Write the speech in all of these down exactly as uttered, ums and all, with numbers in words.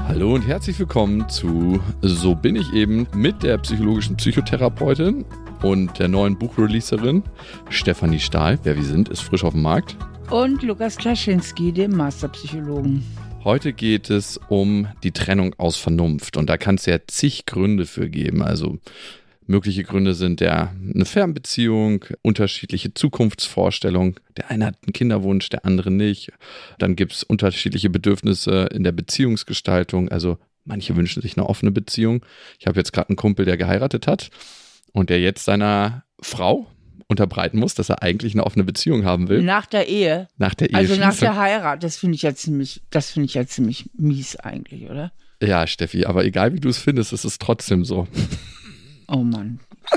Hallo und herzlich willkommen zu So bin ich eben mit der psychologischen Psychotherapeutin und der neuen Buchreleaserin Stefanie Stahl. Wer wir sind, ist frisch auf dem Markt. Und Lukas Klaschinski, dem Masterpsychologen. Heute geht es um die Trennung aus Vernunft und da kann es ja zig Gründe für geben. Also mögliche Gründe sind ja eine Fernbeziehung, unterschiedliche Zukunftsvorstellungen. Der eine hat einen Kinderwunsch, der andere nicht. Dann gibt es unterschiedliche Bedürfnisse in der Beziehungsgestaltung. Also manche wünschen sich eine offene Beziehung. Ich habe jetzt gerade einen Kumpel, der geheiratet hat und der jetzt seiner Frau unterbreiten muss, dass er eigentlich eine offene Beziehung haben will. Nach der Ehe? Nach der Ehe. Also nach der Heirat. Das finde ich ja ziemlich, das finde ich ja ziemlich mies eigentlich, oder? Ja, Steffi, aber egal wie du es findest, es ist trotzdem so. Oh Mann.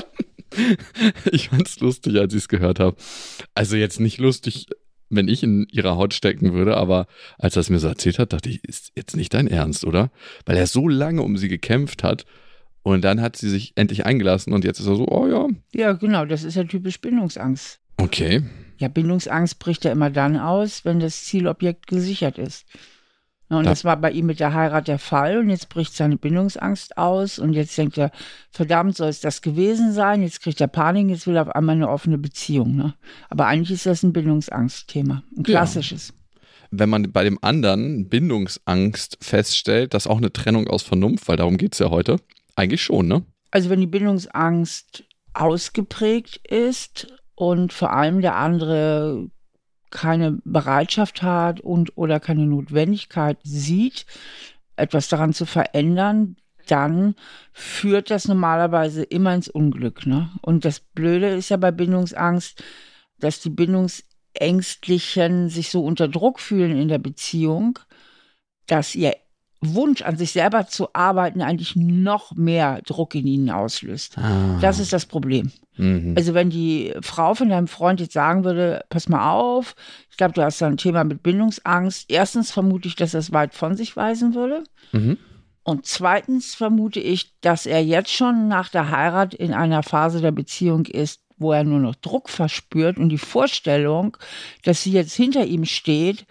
Ich fand es lustig, als ich es gehört habe. Also jetzt nicht lustig, wenn ich in ihrer Haut stecken würde, aber als er es mir so erzählt hat, dachte ich, ist jetzt nicht dein Ernst, oder? Weil er so lange um sie gekämpft hat und dann hat sie sich endlich eingelassen und jetzt ist er so, oh ja. Ja, genau, das ist ja typisch Bindungsangst. Okay. Ja, Bindungsangst bricht ja immer dann aus, wenn das Zielobjekt gesichert ist. Und Da- das war bei ihm mit der Heirat der Fall und jetzt bricht seine Bindungsangst aus und jetzt denkt er, verdammt, soll es das gewesen sein? Jetzt kriegt er Panik, jetzt will er auf einmal eine offene Beziehung. Ne? Aber eigentlich ist das ein Bindungsangstthema, ein klassisches. Wenn man bei dem anderen Bindungsangst feststellt, dass auch eine Trennung aus Vernunft, weil darum geht es ja heute, eigentlich schon, ne? Also wenn die Bindungsangst ausgeprägt ist und vor allem der andere keine Bereitschaft hat und oder keine Notwendigkeit sieht, etwas daran zu verändern, dann führt das normalerweise immer ins Unglück. Ne? Und das Blöde ist ja bei Bindungsangst, dass die Bindungsängstlichen sich so unter Druck fühlen in der Beziehung, dass ihr Wunsch an sich selber zu arbeiten eigentlich noch mehr Druck in ihnen auslöst. Ah. Das ist das Problem. Mhm. Also wenn die Frau von deinem Freund jetzt sagen würde, pass mal auf, ich glaube, du hast da ein Thema mit Bindungsangst. Erstens vermute ich, dass er es weit von sich weisen würde. Mhm. Und zweitens vermute ich, dass er jetzt schon nach der Heirat in einer Phase der Beziehung ist, wo er nur noch Druck verspürt und die Vorstellung, dass sie jetzt hinter ihm steht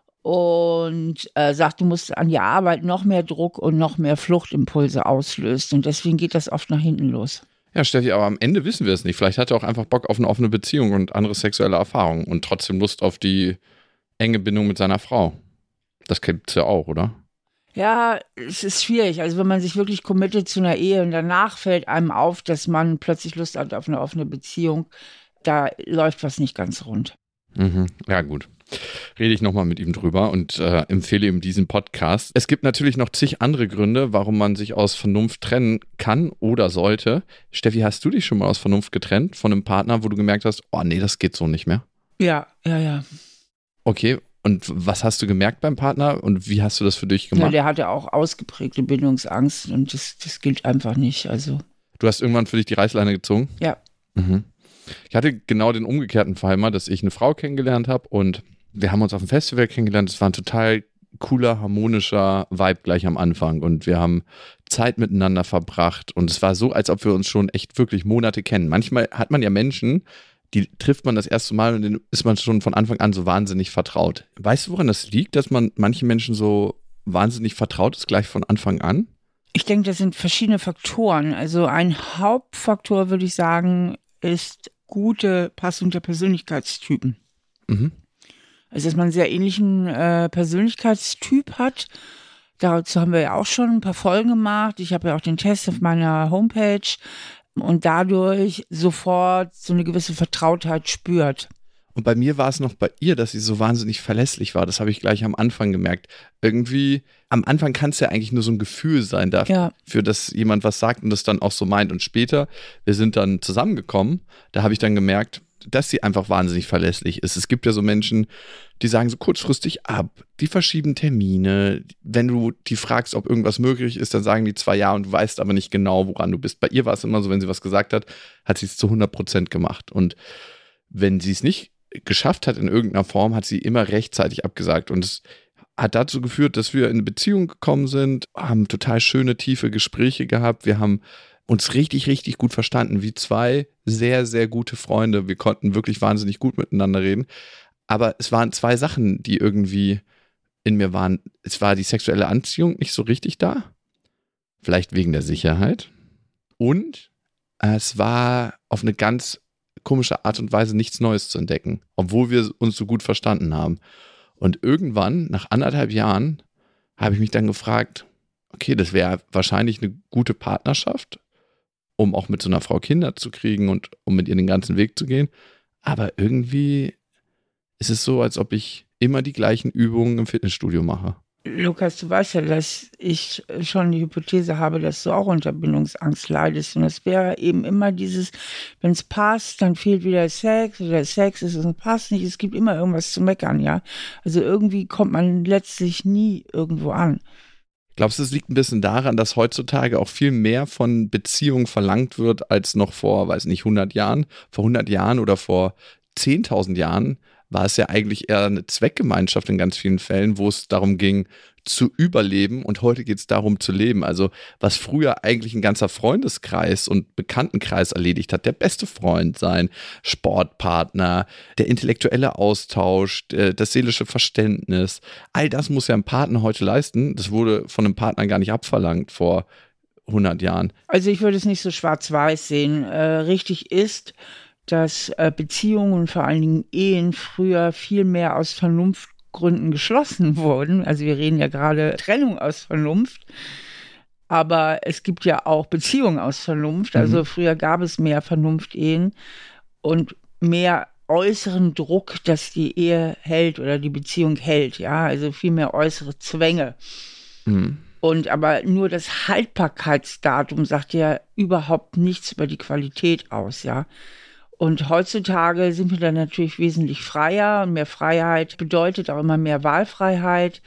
und äh, sagt, du musst an die Arbeit, noch mehr Druck und noch mehr Fluchtimpulse auslöst. Und deswegen geht das oft nach hinten los. Ja, Steffi, aber am Ende wissen wir es nicht. Vielleicht hat er auch einfach Bock auf eine offene Beziehung und andere sexuelle Erfahrungen und trotzdem Lust auf die enge Bindung mit seiner Frau. Das gibt's ja auch, oder? Ja, es ist schwierig. Also wenn man sich wirklich committet zu einer Ehe und danach fällt einem auf, dass man plötzlich Lust hat auf eine offene Beziehung, da läuft was nicht ganz rund. Mhm. Ja, gut. Rede ich nochmal mit ihm drüber und äh, empfehle ihm diesen Podcast. Es gibt natürlich noch zig andere Gründe, warum man sich aus Vernunft trennen kann oder sollte. Steffi, hast du dich schon mal aus Vernunft getrennt von einem Partner, wo du gemerkt hast, oh nee, das geht so nicht mehr? Ja, ja, ja. Okay, und was hast du gemerkt beim Partner und wie hast du das für dich Ja, gemacht? der hatte auch ausgeprägte Bindungsangst und das, das gilt einfach nicht. Also Du hast irgendwann für dich die Reißleine gezogen? ja. Mhm. Ich hatte genau den umgekehrten Fall mal, dass ich eine Frau kennengelernt habe und wir haben uns auf dem Festival kennengelernt. Es war ein total cooler, harmonischer Vibe gleich am Anfang und wir haben Zeit miteinander verbracht und es war so, als ob wir uns schon echt wirklich Monate kennen. Manchmal hat man ja Menschen, die trifft man das erste Mal und denen ist man schon von Anfang an so wahnsinnig vertraut. Weißt du, woran das liegt, dass man manchen Menschen so wahnsinnig vertraut ist, gleich von Anfang an? Ich denke, das sind verschiedene Faktoren. Also ein Hauptfaktor, würde ich sagen, ist gute Passung der Persönlichkeitstypen. Mhm. Also, dass man einen sehr ähnlichen äh, Persönlichkeitstyp hat. Dazu haben wir ja auch schon ein paar Folgen gemacht. Ich habe ja auch den Test auf meiner Homepage und dadurch sofort so eine gewisse Vertrautheit spürt. Und bei mir war es noch bei ihr, dass sie so wahnsinnig verlässlich war. Das habe ich gleich am Anfang gemerkt. Irgendwie, am Anfang kann es ja eigentlich nur so ein Gefühl sein dafür, Ja. für dass jemand was sagt und das dann auch so meint. Und später, wir sind dann zusammengekommen, da habe ich dann gemerkt, dass sie einfach wahnsinnig verlässlich ist. Es gibt ja so Menschen, die sagen so kurzfristig ab, die verschieben Termine. Wenn du die fragst, ob irgendwas möglich ist, dann sagen die zwar ja und du weißt aber nicht genau, woran du bist. Bei ihr war es immer so, wenn sie was gesagt hat, hat sie es zu hundert Prozent gemacht. Und wenn sie es nicht geschafft hat in irgendeiner Form, hat sie immer rechtzeitig abgesagt. Und es hat dazu geführt, dass wir in eine Beziehung gekommen sind, haben total schöne, tiefe Gespräche gehabt. Wir haben uns richtig, richtig gut verstanden, wie zwei sehr, sehr gute Freunde. Wir konnten wirklich wahnsinnig gut miteinander reden. Aber es waren zwei Sachen, die irgendwie in mir waren, es war die sexuelle Anziehung nicht so richtig da. Vielleicht wegen der Sicherheit. Und es war auf eine ganz komische Art und Weise nichts Neues zu entdecken, obwohl wir uns so gut verstanden haben. Und irgendwann, nach anderthalb Jahren, habe ich mich dann gefragt, okay, das wäre wahrscheinlich eine gute Partnerschaft, um auch mit so einer Frau Kinder zu kriegen und um mit ihr den ganzen Weg zu gehen. Aber irgendwie ist es so, als ob ich immer die gleichen Übungen im Fitnessstudio mache. Lukas, du weißt ja, dass ich schon die Hypothese habe, dass du auch unter Bindungsangst leidest. Und es wäre eben immer dieses, wenn es passt, dann fehlt wieder Sex oder Sex ist und passt nicht. Es gibt immer irgendwas zu meckern, ja. Also irgendwie kommt man letztlich nie irgendwo an. Glaubst du, es liegt ein bisschen daran, dass heutzutage auch viel mehr von Beziehungen verlangt wird, als noch vor, weiß nicht, hundert Jahren? Vor hundert Jahren oder vor zehntausend Jahren war es ja eigentlich eher eine Zweckgemeinschaft in ganz vielen Fällen, wo es darum ging, zu überleben, und heute geht es darum, zu leben. Also was früher eigentlich ein ganzer Freundeskreis und Bekanntenkreis erledigt hat, der beste Freund sein, Sportpartner, der intellektuelle Austausch, das seelische Verständnis, all das muss ja ein Partner heute leisten. Das wurde von einem Partner gar nicht abverlangt vor hundert Jahren. Also ich würde es nicht so schwarz-weiß sehen. Äh, richtig ist, dass äh, Beziehungen und vor allen Dingen Ehen früher viel mehr aus Vernunftgründen geschlossen wurden. Also wir reden ja gerade Trennung aus Vernunft, aber es gibt ja auch Beziehungen aus Vernunft. Also mhm. früher gab es mehr Vernunft-Ehen und mehr äußeren Druck, dass die Ehe hält oder die Beziehung hält. Ja, also viel mehr äußere Zwänge. Mhm. Und aber nur das Haltbarkeitsdatum sagt ja überhaupt nichts über die Qualität aus, ja. Und heutzutage sind wir dann natürlich wesentlich freier, und mehr Freiheit bedeutet auch immer mehr Wahlfreiheit.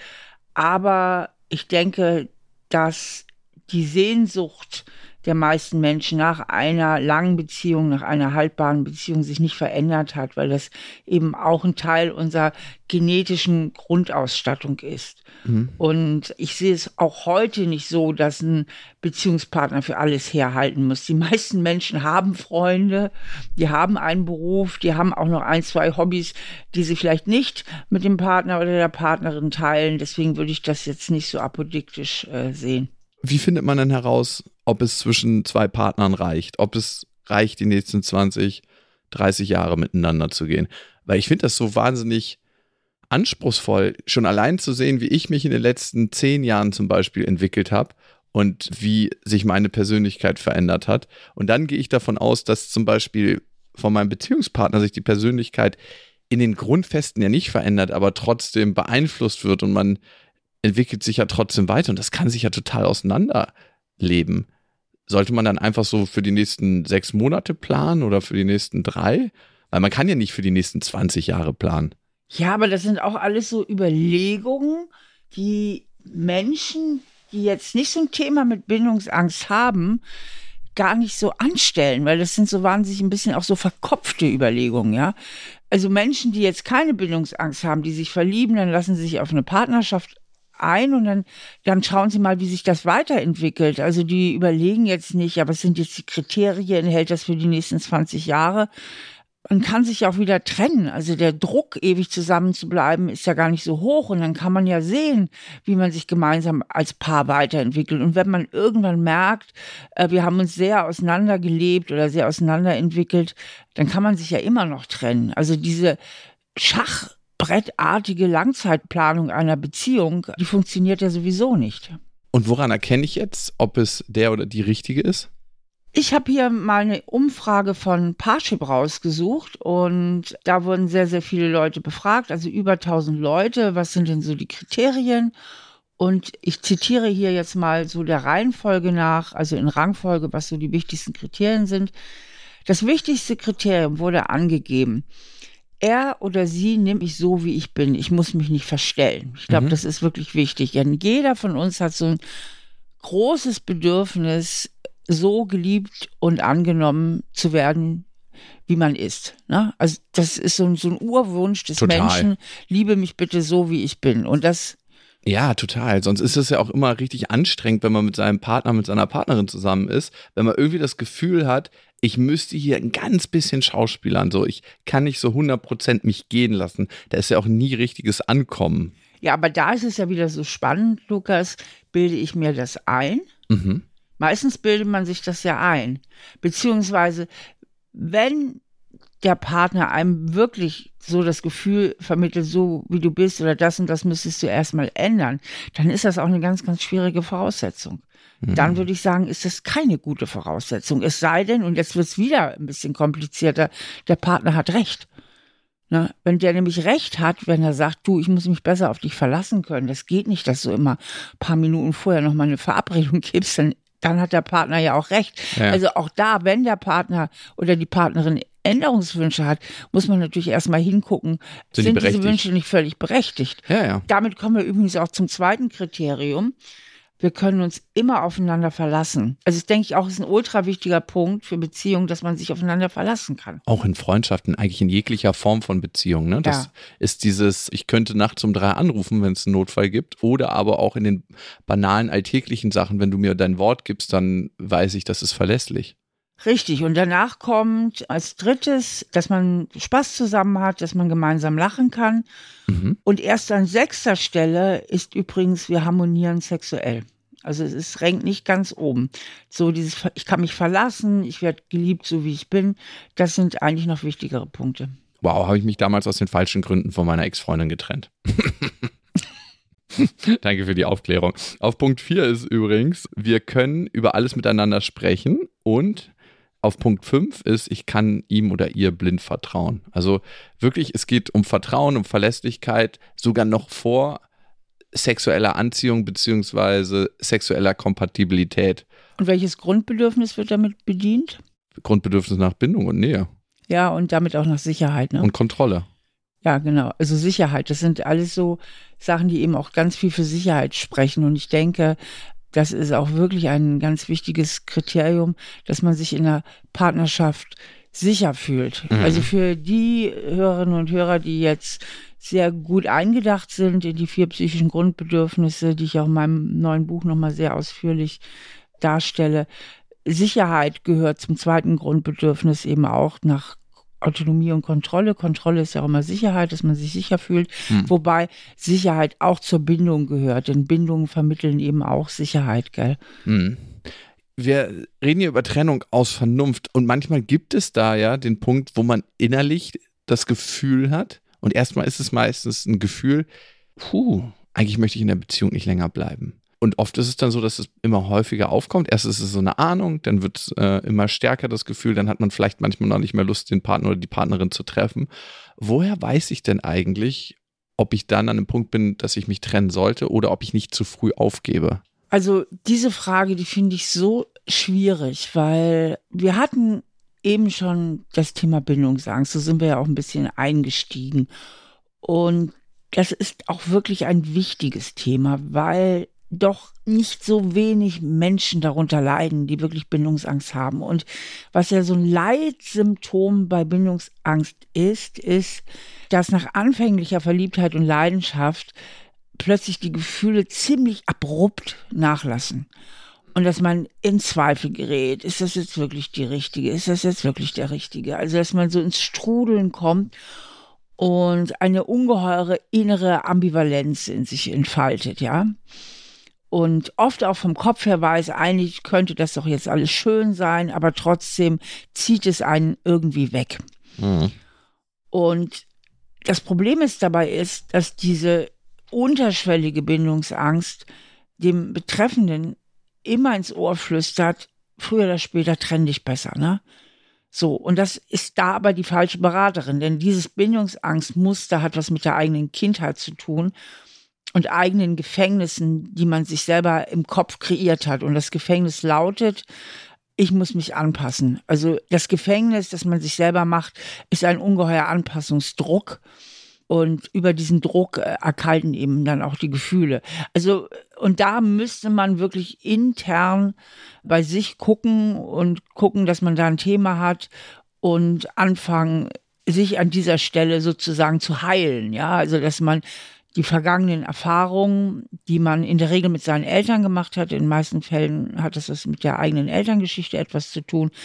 Aber ich denke, dass die Sehnsucht der meisten Menschen nach einer langen Beziehung, nach einer haltbaren Beziehung sich nicht verändert hat, weil das eben auch ein Teil unserer genetischen Grundausstattung ist. Mhm. Und ich sehe es auch heute nicht so, dass ein Beziehungspartner für alles herhalten muss. Die meisten Menschen haben Freunde, die haben einen Beruf, die haben auch noch ein, zwei Hobbys, die sie vielleicht nicht mit dem Partner oder der Partnerin teilen. Deswegen würde ich das jetzt nicht so apodiktisch äh, sehen. Wie findet man denn heraus, ob es zwischen zwei Partnern reicht? Ob es reicht, die nächsten zwanzig, dreißig Jahre miteinander zu gehen? Weil ich finde das so wahnsinnig anspruchsvoll, schon allein zu sehen, wie ich mich in den letzten zehn Jahren zum Beispiel entwickelt habe und wie sich meine Persönlichkeit verändert hat. Und dann gehe ich davon aus, dass zum Beispiel von meinem Beziehungspartner sich die Persönlichkeit in den Grundfesten ja nicht verändert, aber trotzdem beeinflusst wird, und man entwickelt sich ja trotzdem weiter, und das kann sich ja total auseinanderleben. Sollte man dann einfach so für die nächsten sechs Monate planen oder für die nächsten drei? Weil man kann ja nicht für die nächsten zwanzig Jahre planen. Ja, aber das sind auch alles so Überlegungen, die Menschen, die jetzt nicht so ein Thema mit Bindungsangst haben, gar nicht so anstellen, weil das sind so wahnsinnig ein bisschen auch so verkopfte Überlegungen, ja. Also Menschen, die jetzt keine Bindungsangst haben, die sich verlieben, dann lassen sie sich auf eine Partnerschaft ein und dann, dann schauen sie mal, wie sich das weiterentwickelt. Also die überlegen jetzt nicht, aber was sind jetzt die Kriterien, hält das für die nächsten zwanzig Jahre? Man kann sich auch wieder trennen. Also der Druck, ewig zusammen zu bleiben, ist ja gar nicht so hoch. Und dann kann man ja sehen, wie man sich gemeinsam als Paar weiterentwickelt. Und wenn man irgendwann merkt, äh, wir haben uns sehr auseinandergelebt oder sehr auseinanderentwickelt, dann kann man sich ja immer noch trennen. Also diese schachbrettartige Langzeitplanung einer Beziehung, die funktioniert ja sowieso nicht. Und woran erkenne ich jetzt, ob es der oder die richtige ist? Ich habe hier mal eine Umfrage von Parship rausgesucht und da wurden sehr, sehr viele Leute befragt, also über tausend Leute. Was sind denn so die Kriterien? Und ich zitiere hier jetzt mal so der Reihenfolge nach, also in Rangfolge, was so die wichtigsten Kriterien sind. Das wichtigste Kriterium wurde angegeben: Er oder sie nimmt mich so, wie ich bin. Ich muss mich nicht verstellen. Ich glaube, mhm. das ist wirklich wichtig. Denn jeder von uns hat so ein großes Bedürfnis, so geliebt und angenommen zu werden, wie man ist. Ne? Also das ist so ein, so ein Urwunsch des total. Menschen, liebe mich bitte so, wie ich bin. Und das Ja, total. Sonst ist es ja auch immer richtig anstrengend, wenn man mit seinem Partner, mit seiner Partnerin zusammen ist, wenn man irgendwie das Gefühl hat, ich müsste hier ein ganz bisschen schauspielern. So, ich kann nicht so hundert Prozent mich gehen lassen. Da ist ja auch nie richtiges Ankommen. Ja, aber da ist es ja wieder so spannend, Lukas, bilde ich mir das ein? Mhm. Meistens bildet man sich das ja ein. Beziehungsweise, wenn der Partner einem wirklich so das Gefühl vermittelt, so wie du bist oder das und das müsstest du erstmal ändern, dann ist das auch eine ganz, ganz schwierige Voraussetzung. Mhm. Dann würde ich sagen, ist das keine gute Voraussetzung. Es sei denn, und jetzt wird es wieder ein bisschen komplizierter, der Partner hat Recht. Ne? Wenn der nämlich Recht hat, wenn er sagt, du, ich muss mich besser auf dich verlassen können, das geht nicht, dass du immer ein paar Minuten vorher nochmal eine Verabredung gibst, dann, dann hat der Partner ja auch Recht. Ja. Also auch da, wenn der Partner oder die Partnerin Änderungswünsche hat, muss man natürlich erstmal hingucken, sind, sind diese Wünsche nicht völlig berechtigt. Ja, ja. Damit kommen wir übrigens auch zum zweiten Kriterium. Wir können uns immer aufeinander verlassen. Also das denke ich auch, ist ein ultra wichtiger Punkt für Beziehungen, dass man sich aufeinander verlassen kann. Auch in Freundschaften, eigentlich in jeglicher Form von Beziehungen. Ne? Das ja. ist dieses, ich könnte nachts um drei anrufen, wenn es einen Notfall gibt. Oder aber auch in den banalen alltäglichen Sachen, wenn du mir dein Wort gibst, dann weiß ich, das ist verlässlich. Richtig. Und danach kommt als drittes, dass man Spaß zusammen hat, dass man gemeinsam lachen kann. Mhm. Und erst an sechster Stelle ist übrigens, wir harmonieren sexuell. Also es ist, rankt nicht ganz oben. So dieses, ich kann mich verlassen, ich werde geliebt, so wie ich bin. Das sind eigentlich noch wichtigere Punkte. Wow, habe ich mich damals aus den falschen Gründen von meiner Ex-Freundin getrennt. Danke für die Aufklärung. Auf Punkt vier ist übrigens, wir können über alles miteinander sprechen und auf Punkt fünf ist, ich kann ihm oder ihr blind vertrauen. Also wirklich, es geht um Vertrauen, um Verlässlichkeit, sogar noch vor sexueller Anziehung beziehungsweise sexueller Kompatibilität. Und welches Grundbedürfnis wird damit bedient? Grundbedürfnis nach Bindung und Nähe. Ja, und damit auch nach Sicherheit, ne? Und Kontrolle. Ja, genau. Also Sicherheit, das sind alles so Sachen, die eben auch ganz viel für Sicherheit sprechen. Und ich denke, das ist auch wirklich ein ganz wichtiges Kriterium, dass man sich in der Partnerschaft sicher fühlt. Mhm. Also für die Hörerinnen und Hörer, die jetzt sehr gut eingedacht sind in die vier psychischen Grundbedürfnisse, die ich auch in meinem neuen Buch nochmal sehr ausführlich darstelle. Sicherheit gehört zum zweiten Grundbedürfnis eben auch nach Autonomie und Kontrolle. Kontrolle ist ja auch immer Sicherheit, dass man sich sicher fühlt, hm. wobei Sicherheit auch zur Bindung gehört, denn Bindungen vermitteln eben auch Sicherheit, gell? Hm. Wir reden hier über Trennung aus Vernunft und manchmal gibt es da ja den Punkt, wo man innerlich das Gefühl hat und erstmal ist es meistens ein Gefühl, puh, eigentlich möchte ich in der Beziehung nicht länger bleiben. Und oft ist es dann so, dass es immer häufiger aufkommt. Erst ist es so eine Ahnung, dann wird es äh, immer stärker das Gefühl, dann hat man vielleicht manchmal noch nicht mehr Lust, den Partner oder die Partnerin zu treffen. Woher weiß ich denn eigentlich, ob ich dann an einem Punkt bin, dass ich mich trennen sollte oder ob ich nicht zu früh aufgebe? Also diese Frage, die finde ich so schwierig, weil wir hatten eben schon das Thema Bindungsangst, so sind wir ja auch ein bisschen eingestiegen. Und das ist auch wirklich ein wichtiges Thema, weil doch nicht so wenig Menschen darunter leiden, die wirklich Bindungsangst haben. Und was ja so ein Leitsymptom bei Bindungsangst ist, ist, dass nach anfänglicher Verliebtheit und Leidenschaft plötzlich die Gefühle ziemlich abrupt nachlassen. Und dass man in Zweifel gerät, ist das jetzt wirklich die Richtige, ist das jetzt wirklich der Richtige? Also dass man so ins Strudeln kommt und eine ungeheure innere Ambivalenz in sich entfaltet, ja. Und oft auch vom Kopf her weiß, eigentlich könnte das doch jetzt alles schön sein, aber trotzdem zieht es einen irgendwie weg. Mhm. Und das Problem ist dabei ist, dass diese unterschwellige Bindungsangst dem Betreffenden immer ins Ohr flüstert, früher oder später trenn dich besser, ne? So, und das ist da aber die falsche Beraterin, denn dieses Bindungsangstmuster hat was mit der eigenen Kindheit zu tun und eigenen Gefängnissen, die man sich selber im Kopf kreiert hat. Und das Gefängnis lautet, ich muss mich anpassen. Also das Gefängnis, das man sich selber macht, ist ein ungeheuer Anpassungsdruck. Und über diesen Druck äh, erkalten eben dann auch die Gefühle. Also, und da müsste man wirklich intern bei sich gucken und gucken, dass man da ein Thema hat und anfangen, sich an dieser Stelle sozusagen zu heilen. Ja, also, dass man die vergangenen Erfahrungen, die man in der Regel mit seinen Eltern gemacht hat, in den meisten Fällen hat das was mit der eigenen Elterngeschichte etwas zu tun,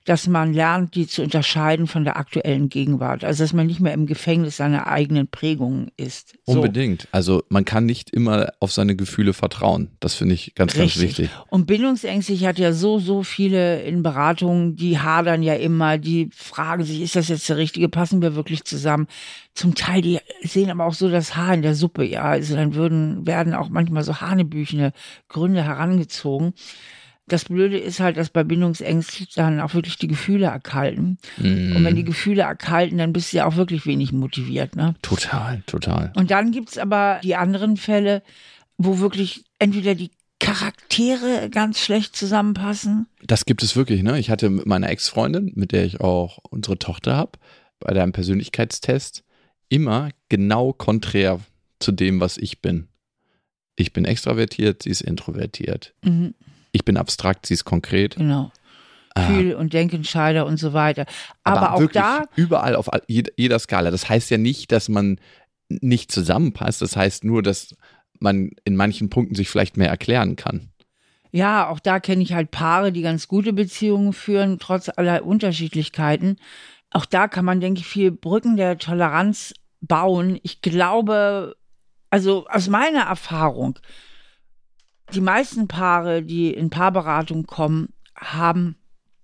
dass man lernt, die zu unterscheiden von der aktuellen Gegenwart. Also dass man nicht mehr im Gefängnis seiner eigenen Prägungen ist. So. Unbedingt. Also man kann nicht immer auf seine Gefühle vertrauen. Das finde ich ganz, Richtig. ganz wichtig. Und bindungsängstlich hat ja so, so viele in Beratungen, die hadern ja immer, die fragen sich, ist das jetzt der Richtige, passen wir wirklich zusammen? Zum Teil, die sehen aber auch so das Haar in der Suppe, ja. Also dann würden, werden auch manchmal so hanebüchene Gründe herangezogen. Das Blöde ist halt, dass bei Bindungsängsten dann auch wirklich die Gefühle erkalten. Mm. Und wenn die Gefühle erkalten, dann bist du ja auch wirklich wenig motiviert, ne? Total, total. Und dann gibt's aber die anderen Fälle, wo wirklich entweder die Charaktere ganz schlecht zusammenpassen. Das gibt es wirklich, ne? Ich hatte mit meiner Ex-Freundin, mit der ich auch unsere Tochter habe, bei deinem Persönlichkeitstest immer genau konträr zu dem, was ich bin. Ich bin extravertiert, sie ist introvertiert. Mhm. Ich bin abstrakt, sie ist konkret. Genau. Fühl- ah. und Denkentscheider und so weiter. Aber, Aber auch wirklich da. Überall auf jeder Skala. Das heißt ja nicht, dass man nicht zusammenpasst. Das heißt nur, dass man in manchen Punkten sich vielleicht mehr erklären kann. Ja, auch da kenne ich halt Paare, die ganz gute Beziehungen führen, trotz aller Unterschiedlichkeiten. Auch da kann man, denke ich, viel Brücken der Toleranz bauen. Ich glaube, also aus meiner Erfahrung, die meisten Paare, die in Paarberatung kommen, haben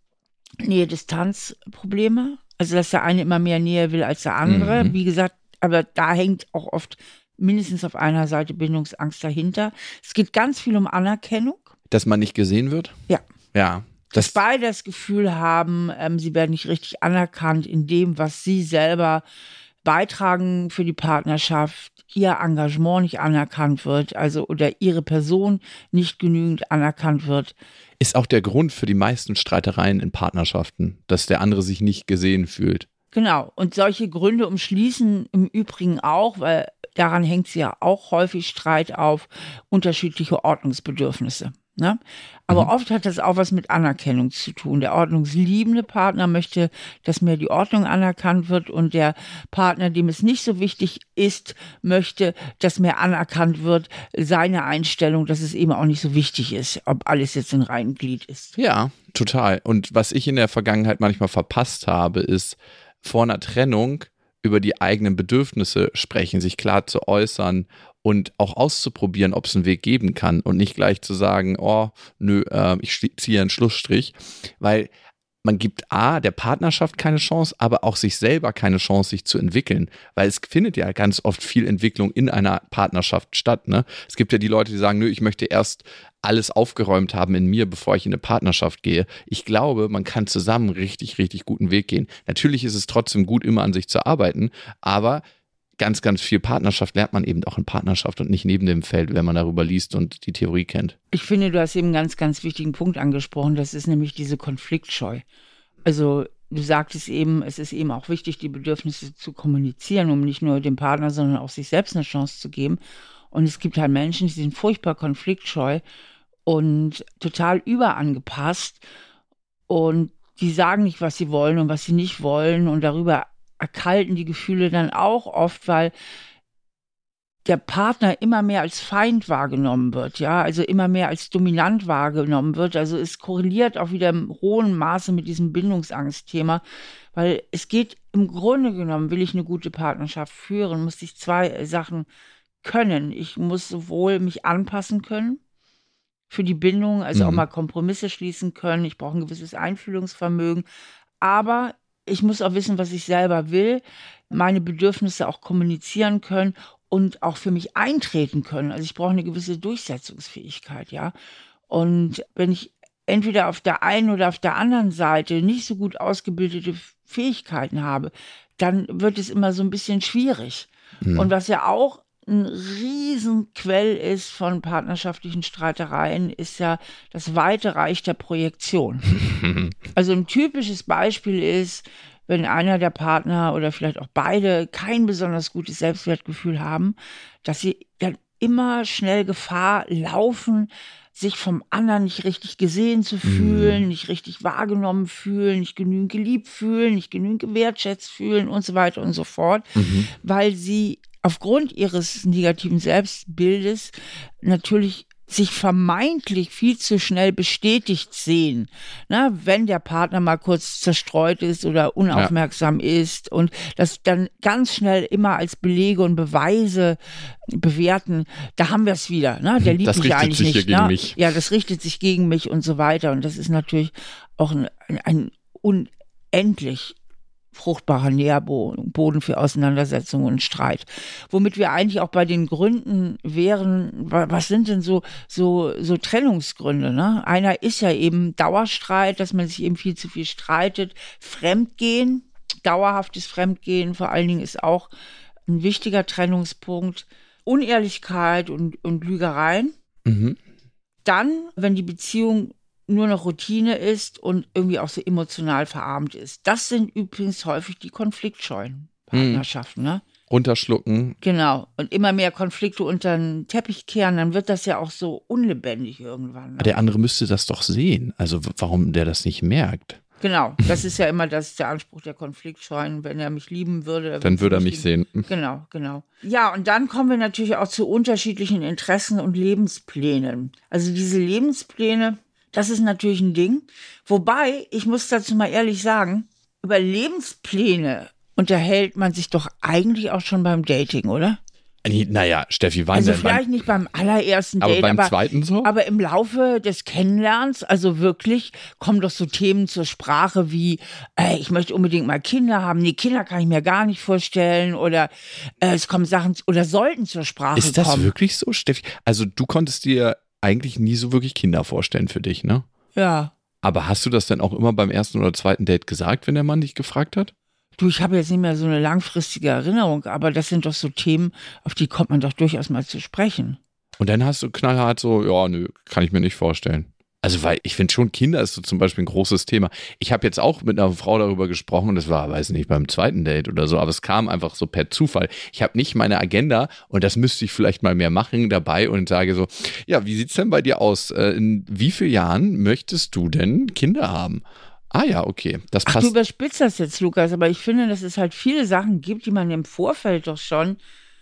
Nähe-Distanz-Probleme. Also, dass der eine immer mehr Nähe will als der andere. Mhm. Wie gesagt, aber da hängt auch oft mindestens auf einer Seite Bindungsangst dahinter. Es geht ganz viel um Anerkennung. Dass man nicht gesehen wird? Ja. Ja. Das dass beide das Gefühl haben, ähm, sie werden nicht richtig anerkannt in dem, was sie selber beitragen für die Partnerschaft, ihr Engagement nicht anerkannt wird, also oder ihre Person nicht genügend anerkannt wird. Ist auch der Grund für die meisten Streitereien in Partnerschaften, dass der andere sich nicht gesehen fühlt. Genau. Und solche Gründe umschließen im Übrigen auch, weil daran hängt es ja auch häufig Streit auf, unterschiedliche Ordnungsbedürfnisse. Ne? Aber mhm. oft hat das auch was mit Anerkennung zu tun. Der ordnungsliebende Partner möchte, dass mehr die Ordnung anerkannt wird und der Partner, dem es nicht so wichtig ist, möchte, dass mehr anerkannt wird, seine Einstellung, dass es eben auch nicht so wichtig ist, ob alles jetzt in reinem Glied ist. Ja, total. Und was ich in der Vergangenheit manchmal verpasst habe, ist vor einer Trennung über die eigenen Bedürfnisse sprechen, sich klar zu äußern und auch auszuprobieren, ob es einen Weg geben kann und nicht gleich zu sagen, oh, nö, äh, ich ziehe einen Schlussstrich, weil man gibt A, der Partnerschaft keine Chance, aber auch sich selber keine Chance, sich zu entwickeln, weil es findet ja ganz oft viel Entwicklung in einer Partnerschaft statt, ne? Es gibt ja die Leute, die sagen, nö, ich möchte erst alles aufgeräumt haben in mir, bevor ich in eine Partnerschaft gehe. Ich glaube, man kann zusammen richtig, richtig guten Weg gehen. Natürlich ist es trotzdem gut, immer an sich zu arbeiten, aber ganz, ganz viel Partnerschaft lernt man eben auch in Partnerschaft und nicht neben dem Feld, wenn man darüber liest und die Theorie kennt. Ich finde, du hast eben einen ganz, ganz wichtigen Punkt angesprochen. Das ist nämlich diese Konfliktscheu. Also du sagtest eben, es ist eben auch wichtig, die Bedürfnisse zu kommunizieren, um nicht nur dem Partner, sondern auch sich selbst eine Chance zu geben. Und es gibt halt Menschen, die sind furchtbar konfliktscheu und total überangepasst. Und die sagen nicht, was sie wollen und was sie nicht wollen. Und darüber erkalten die Gefühle dann auch oft, weil der Partner immer mehr als Feind wahrgenommen wird, ja, also immer mehr als dominant wahrgenommen wird. Also es korreliert auch wieder im hohen Maße mit diesem Bindungsangstthema, weil es geht im Grunde genommen, will ich eine gute Partnerschaft führen, muss ich zwei Sachen können. Ich muss sowohl mich anpassen können für die Bindung, also mhm. auch mal Kompromisse schließen können. Ich brauche ein gewisses Einfühlungsvermögen, aber ich muss auch wissen, was ich selber will, meine Bedürfnisse auch kommunizieren können und auch für mich eintreten können. Also ich brauche eine gewisse Durchsetzungsfähigkeit, ja. Und wenn ich entweder auf der einen oder auf der anderen Seite nicht so gut ausgebildete Fähigkeiten habe, dann wird es immer so ein bisschen schwierig. Mhm. Und was ja auch ein Riesenquell ist von partnerschaftlichen Streitereien, ist ja das weite Reich der Projektion. Also ein typisches Beispiel ist, wenn einer der Partner oder vielleicht auch beide kein besonders gutes Selbstwertgefühl haben, dass sie dann immer schnell Gefahr laufen, sich vom anderen nicht richtig gesehen zu fühlen, mm. nicht richtig wahrgenommen fühlen, nicht genügend geliebt fühlen, nicht genügend gewertschätzt fühlen und so weiter und so fort, mhm. weil sie aufgrund ihres negativen Selbstbildes natürlich sich vermeintlich viel zu schnell bestätigt sehen, na, wenn der Partner mal kurz zerstreut ist oder unaufmerksam ja. ist und das dann ganz schnell immer als Belege und Beweise bewerten, da haben wir es wieder, ne? Der liebt das mich eigentlich nicht. Das richtet sich hier ne? gegen mich. Ja, das richtet sich gegen mich und so weiter und das ist natürlich auch ein, ein unendlich fruchtbarer Nährboden für Auseinandersetzungen und Streit. Womit wir eigentlich auch bei den Gründen wären, was sind denn so, so, so Trennungsgründe, ne? Einer ist ja eben Dauerstreit, dass man sich eben viel zu viel streitet. Fremdgehen, dauerhaftes Fremdgehen vor allen Dingen ist auch ein wichtiger Trennungspunkt. Unehrlichkeit und, und Lügereien. Mhm. Dann, wenn die Beziehung nur noch Routine ist und irgendwie auch so emotional verarmt ist. Das sind übrigens häufig die konfliktscheuen Partnerschaften, ne? Runterschlucken. Genau. Und immer mehr Konflikte unter den Teppich kehren, dann wird das ja auch so unlebendig irgendwann. Ne? Der andere müsste das doch sehen. Also warum der das nicht merkt. Genau. Das ist ja immer das, der Anspruch der Konfliktscheuen. Wenn er mich lieben würde. Dann würde er mich lieben. sehen. Genau, genau. Ja, und dann kommen wir natürlich auch zu unterschiedlichen Interessen und Lebensplänen. Also diese Lebenspläne, das ist natürlich ein Ding. Wobei, ich muss dazu mal ehrlich sagen, über Lebenspläne unterhält man sich doch eigentlich auch schon beim Dating, oder? Naja, Steffi, wann Also denn? vielleicht beim, nicht beim allerersten aber Date, beim aber, zweiten so? aber im Laufe des Kennenlernens, also wirklich, kommen doch so Themen zur Sprache wie, äh, ich möchte unbedingt mal Kinder haben. Nee, Kinder kann ich mir gar nicht vorstellen. Oder äh, es kommen Sachen, oder sollten zur Sprache kommen. Ist das kommen. Wirklich so, Steffi? Also du konntest dir eigentlich nie so wirklich Kinder vorstellen für dich, ne? Ja. Aber hast du das denn auch immer beim ersten oder zweiten Date gesagt, wenn der Mann dich gefragt hat? Du, ich habe jetzt nicht mehr so eine langfristige Erinnerung, aber das sind doch so Themen, auf die kommt man doch durchaus mal zu sprechen. Und dann hast du knallhart so, ja, nö, kann ich mir nicht vorstellen. Also, weil ich finde schon, Kinder ist so zum Beispiel ein großes Thema. Ich habe jetzt auch mit einer Frau darüber gesprochen und das war, weiß nicht, beim zweiten Date oder so, aber es kam einfach so per Zufall. Ich habe nicht meine Agenda und das müsste ich vielleicht mal mehr machen dabei und sage so, ja, wie sieht's denn bei dir aus? In wie vielen Jahren möchtest du denn Kinder haben? Ah ja, okay, das passt. Ach, du überspitzt das jetzt, Lukas, aber ich finde, dass es halt viele Sachen gibt, die man im Vorfeld doch schon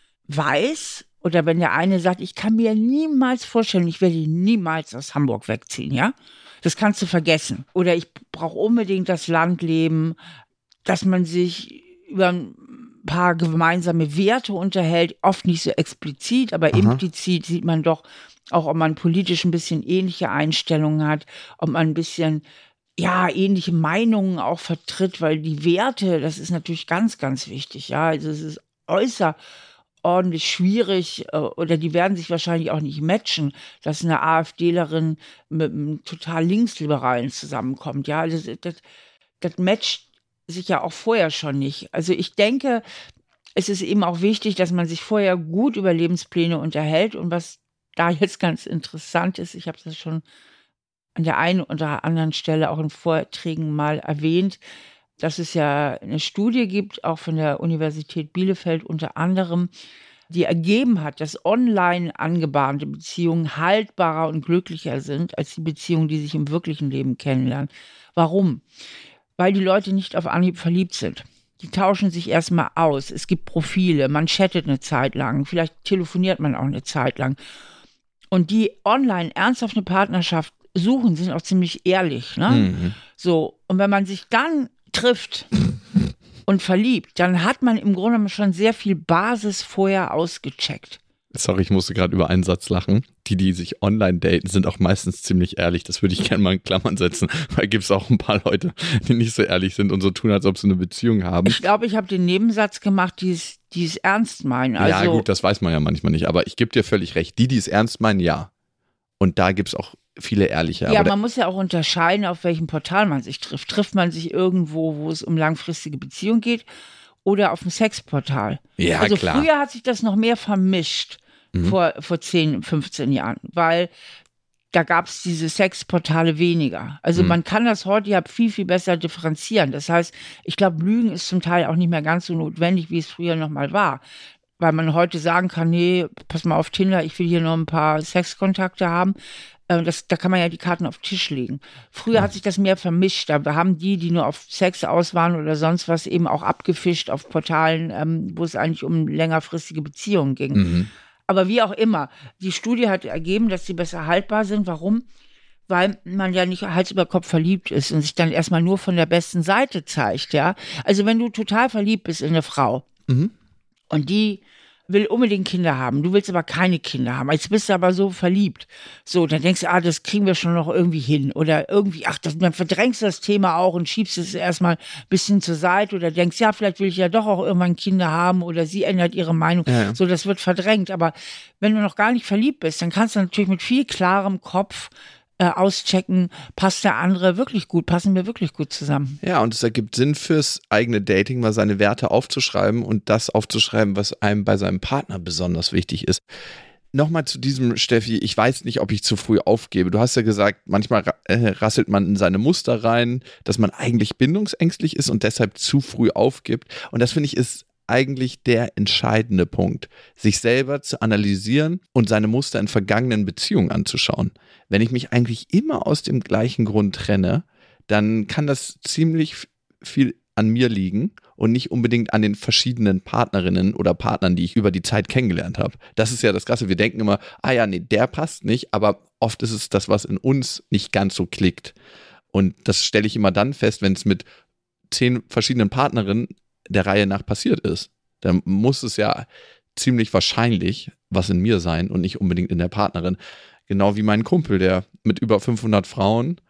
weiß. Oder wenn der eine sagt, ich kann mir niemals vorstellen, ich werde niemals aus Hamburg wegziehen, ja? Das kannst du vergessen. Oder ich brauche unbedingt das Landleben, dass man sich über ein paar gemeinsame Werte unterhält, oft nicht so explizit, aber Aha. implizit sieht man doch auch, ob man politisch ein bisschen ähnliche Einstellungen hat, ob man ein bisschen, ja, ähnliche Meinungen auch vertritt, weil die Werte, das ist natürlich ganz, ganz wichtig, ja? Also es ist äußerst ordentlich schwierig oder die werden sich wahrscheinlich auch nicht matchen, dass eine AfDlerin mit einem total Linksliberalen zusammenkommt. Ja, das, das, das matcht sich ja auch vorher schon nicht. Also ich denke, es ist eben auch wichtig, dass man sich vorher gut über Lebenspläne unterhält und was da jetzt ganz interessant ist, ich habe das schon an der einen oder anderen Stelle auch in Vorträgen mal erwähnt, dass es ja eine Studie gibt, auch von der Universität Bielefeld unter anderem, die ergeben hat, dass online angebahnte Beziehungen haltbarer und glücklicher sind als die Beziehungen, die sich im wirklichen Leben kennenlernen. Warum? Weil die Leute nicht auf Anhieb verliebt sind. Die tauschen sich erstmal aus. Es gibt Profile, man chattet eine Zeit lang, vielleicht telefoniert man auch eine Zeit lang. Und die online ernsthaft eine Partnerschaft suchen, sind auch ziemlich ehrlich. Ne? Mhm. So, und wenn man sich dann trifft und verliebt, dann hat man im Grunde schon sehr viel Basis vorher ausgecheckt. Sorry, ich musste gerade über einen Satz lachen. Die, die sich online daten, sind auch meistens ziemlich ehrlich. Das würde ich gerne mal in Klammern setzen, weil gibt es auch ein paar Leute, die nicht so ehrlich sind und so tun, als ob sie eine Beziehung haben. Ich glaube, ich habe den Nebensatz gemacht, die es, die es ernst meinen. Also, ja gut, das weiß man ja manchmal nicht, aber ich gebe dir völlig recht. Die, die es ernst meinen, ja. Und da gibt es auch viele ehrliche. Ja, aber man muss ja auch unterscheiden, auf welchem Portal man sich trifft. Trifft man sich irgendwo, wo es um langfristige Beziehung geht oder auf dem Sexportal? Ja, also klar. Früher hat sich das noch mehr vermischt, mhm. vor, vor zehn, fünfzehn Jahren, weil da gab es diese Sexportale weniger. Also mhm. man kann das heute ja viel, viel besser differenzieren. Das heißt, ich glaube, Lügen ist zum Teil auch nicht mehr ganz so notwendig, wie es früher noch mal war. Weil man heute sagen kann, nee, pass mal auf Tinder, ich will hier noch ein paar Sexkontakte haben. Das, da kann man ja die Karten auf den Tisch legen. Früher ja. hat sich das mehr vermischt. Da haben die, die nur auf Sex aus waren oder sonst was, eben auch abgefischt auf Portalen, ähm, wo es eigentlich um längerfristige Beziehungen ging. Mhm. Aber wie auch immer, die Studie hat ergeben, dass sie besser haltbar sind. Warum? Weil man ja nicht Hals über Kopf verliebt ist und sich dann erstmal nur von der besten Seite zeigt, ja. Also wenn du total verliebt bist in eine Frau mhm. und die will unbedingt Kinder haben, du willst aber keine Kinder haben, jetzt bist du aber so verliebt, so, dann denkst du, ah, das kriegen wir schon noch irgendwie hin oder irgendwie, ach, das, dann verdrängst du das Thema auch und schiebst es erstmal ein bisschen zur Seite oder denkst, ja, vielleicht will ich ja doch auch irgendwann Kinder haben oder sie ändert ihre Meinung, ja, ja. So, das wird verdrängt, aber wenn du noch gar nicht verliebt bist, dann kannst du natürlich mit viel klarem Kopf Äh, auschecken, passt der andere wirklich gut, passen wir wirklich gut zusammen. Ja, und es ergibt Sinn fürs eigene Dating, mal seine Werte aufzuschreiben und das aufzuschreiben, was einem bei seinem Partner besonders wichtig ist. Nochmal zu diesem, Steffi, ich weiß nicht, ob ich zu früh aufgebe. Du hast ja gesagt, manchmal äh, rasselt man in seine Muster rein, dass man eigentlich bindungsängstlich ist und deshalb zu früh aufgibt. Und das finde ich ist eigentlich der entscheidende Punkt, sich selber zu analysieren und seine Muster in vergangenen Beziehungen anzuschauen. Wenn ich mich eigentlich immer aus dem gleichen Grund trenne, dann kann das ziemlich viel an mir liegen und nicht unbedingt an den verschiedenen Partnerinnen oder Partnern, die ich über die Zeit kennengelernt habe. Das ist ja das Krasse. Wir denken immer, ah ja, nee, der passt nicht, aber oft ist es das, was in uns nicht ganz so klickt. Und das stelle ich immer dann fest, wenn es mit zehn verschiedenen Partnerinnen der Reihe nach passiert ist. Dann muss es ja ziemlich wahrscheinlich was in mir sein und nicht unbedingt in der Partnerin. Genau wie mein Kumpel, der mit über fünfhundert Frauen